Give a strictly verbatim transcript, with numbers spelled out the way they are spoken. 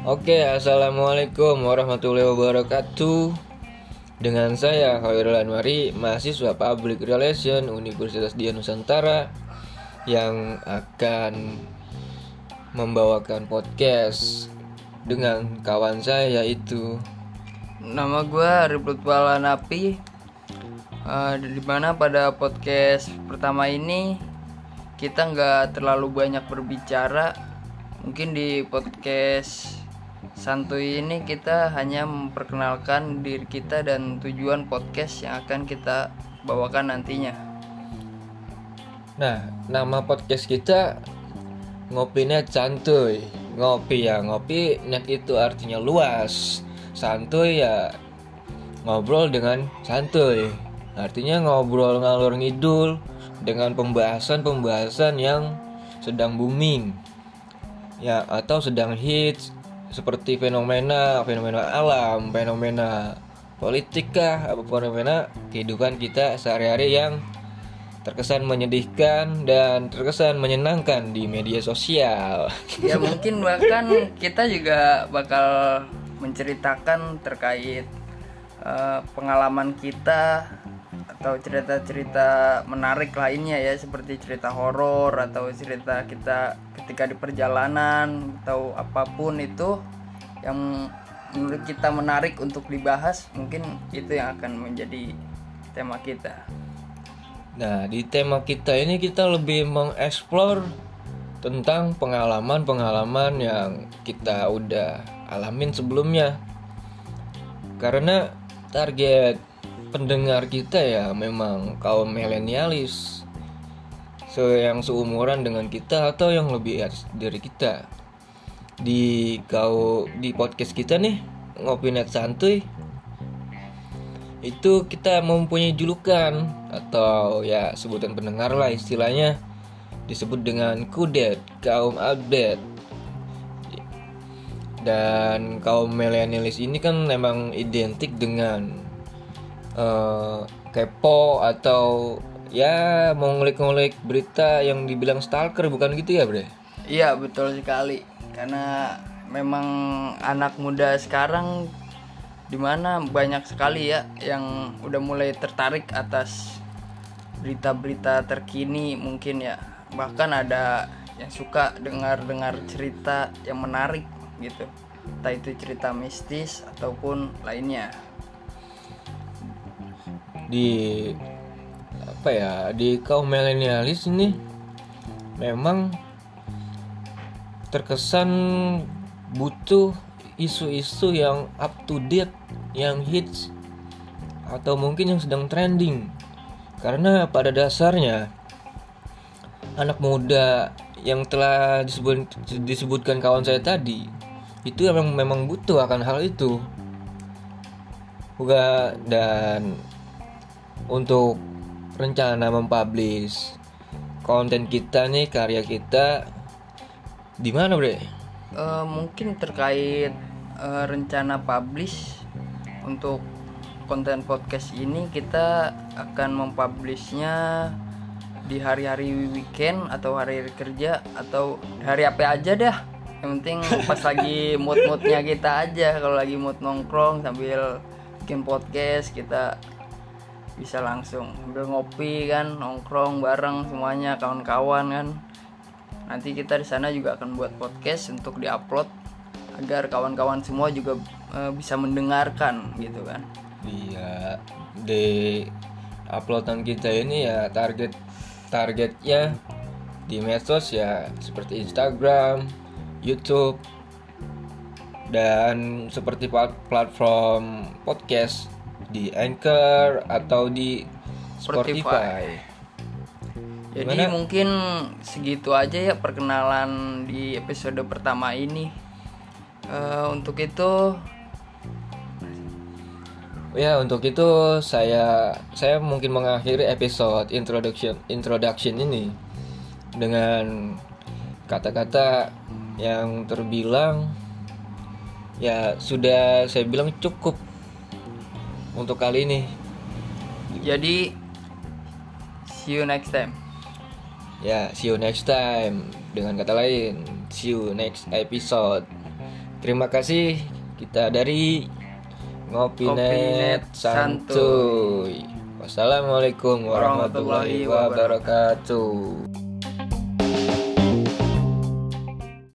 Oke, assalamualaikum warahmatullahi wabarakatuh. Dengan saya Khairul Anwari, mahasiswa Public Relation Universitas Dian Nusantara, yang akan membawakan podcast dengan kawan saya, yaitu Nama gue Arif Lutfal Hanafi. uh, Dimana pada podcast pertama ini kita nggak terlalu banyak berbicara. Mungkin di podcast santuy ini kita hanya memperkenalkan diri kita dan tujuan podcast yang akan kita bawakan nantinya. Nah, nama podcast kita Ngopi Net Santuy. Ngopi ya, ngopi net itu artinya luas. Santuy ya ngobrol dengan santuy. Artinya ngobrol ngalor ngidul dengan pembahasan-pembahasan yang sedang booming. Ya, atau sedang hits, seperti fenomena fenomena alam, fenomena politik kah, apa fenomena kehidupan kita sehari-hari yang terkesan menyedihkan dan terkesan menyenangkan di media sosial. Ya mungkin bahkan kita juga bakal menceritakan terkait uh, pengalaman kita atau cerita-cerita menarik lainnya ya, seperti cerita horor atau cerita kita ketika di perjalanan atau apapun itu yang menurut kita menarik untuk dibahas. Mungkin itu yang akan menjadi tema kita. Nah, di tema kita ini kita lebih mengeksplor tentang pengalaman-pengalaman yang kita udah alamin sebelumnya. Karena target pendengar kita ya memang kaum milenialis, so yang seumuran dengan kita atau yang lebih dari kita. Di kau di podcast kita nih, Ngopi Net Santuy, itu kita mempunyai julukan atau ya sebutan pendengar lah istilahnya, disebut dengan kudet, kaum update. Dan kaum milenialis ini kan memang identik dengan uh, kepo atau ya mau ngulik-ngulik berita yang dibilang stalker, bukan gitu ya, Bre? Iya, betul sekali. Karena memang anak muda sekarang dimana banyak sekali ya yang udah mulai tertarik atas berita-berita terkini mungkin ya. Bahkan ada yang suka dengar-dengar cerita yang menarik gitu, entah itu cerita mistis ataupun lainnya. Di apa ya, di kaum milenialis ini memang terkesan butuh isu-isu yang up to date, yang hits atau mungkin yang sedang trending. Karena pada dasarnya anak muda yang telah disebut, disebutkan kawan saya tadi itu memang memang butuh akan hal itu. Bukan, dan untuk rencana mempublish konten kita nih, karya kita di mana, Bre? Uh, mungkin terkait uh, rencana publish untuk konten podcast ini, kita akan mempublishnya di hari-hari weekend atau hari-hari kerja atau hari apa aja dah. Yang penting pas lagi mood-moodnya kita aja. Kalau lagi mood nongkrong sambil bikin podcast, kita bisa langsung sambil ngopi kan, nongkrong bareng semuanya kawan-kawan kan. Nanti kita di sana juga akan buat podcast untuk diupload agar kawan-kawan semua juga e, bisa mendengarkan gitu kan. Iya, di uploadan kita ini ya target targetnya di medsos ya seperti Instagram, YouTube, dan seperti platform podcast di Anchor atau di Spotify. Spotify. Jadi Gimana? Mungkin segitu aja ya perkenalan di episode pertama ini. Uh, untuk itu Ya, untuk itu saya saya mungkin mengakhiri episode introduction introduction ini dengan kata-kata yang terbilang ya sudah saya bilang cukup untuk kali ini. Jadi see you next time. Ya, see you next time. Dengan kata lain, see you next episode. Terima kasih, kita dari Ngopinet Ngopinet Santuy. Wassalamualaikum warahmatullahi warahmatullahi wabarakatuh. wabarakatuh.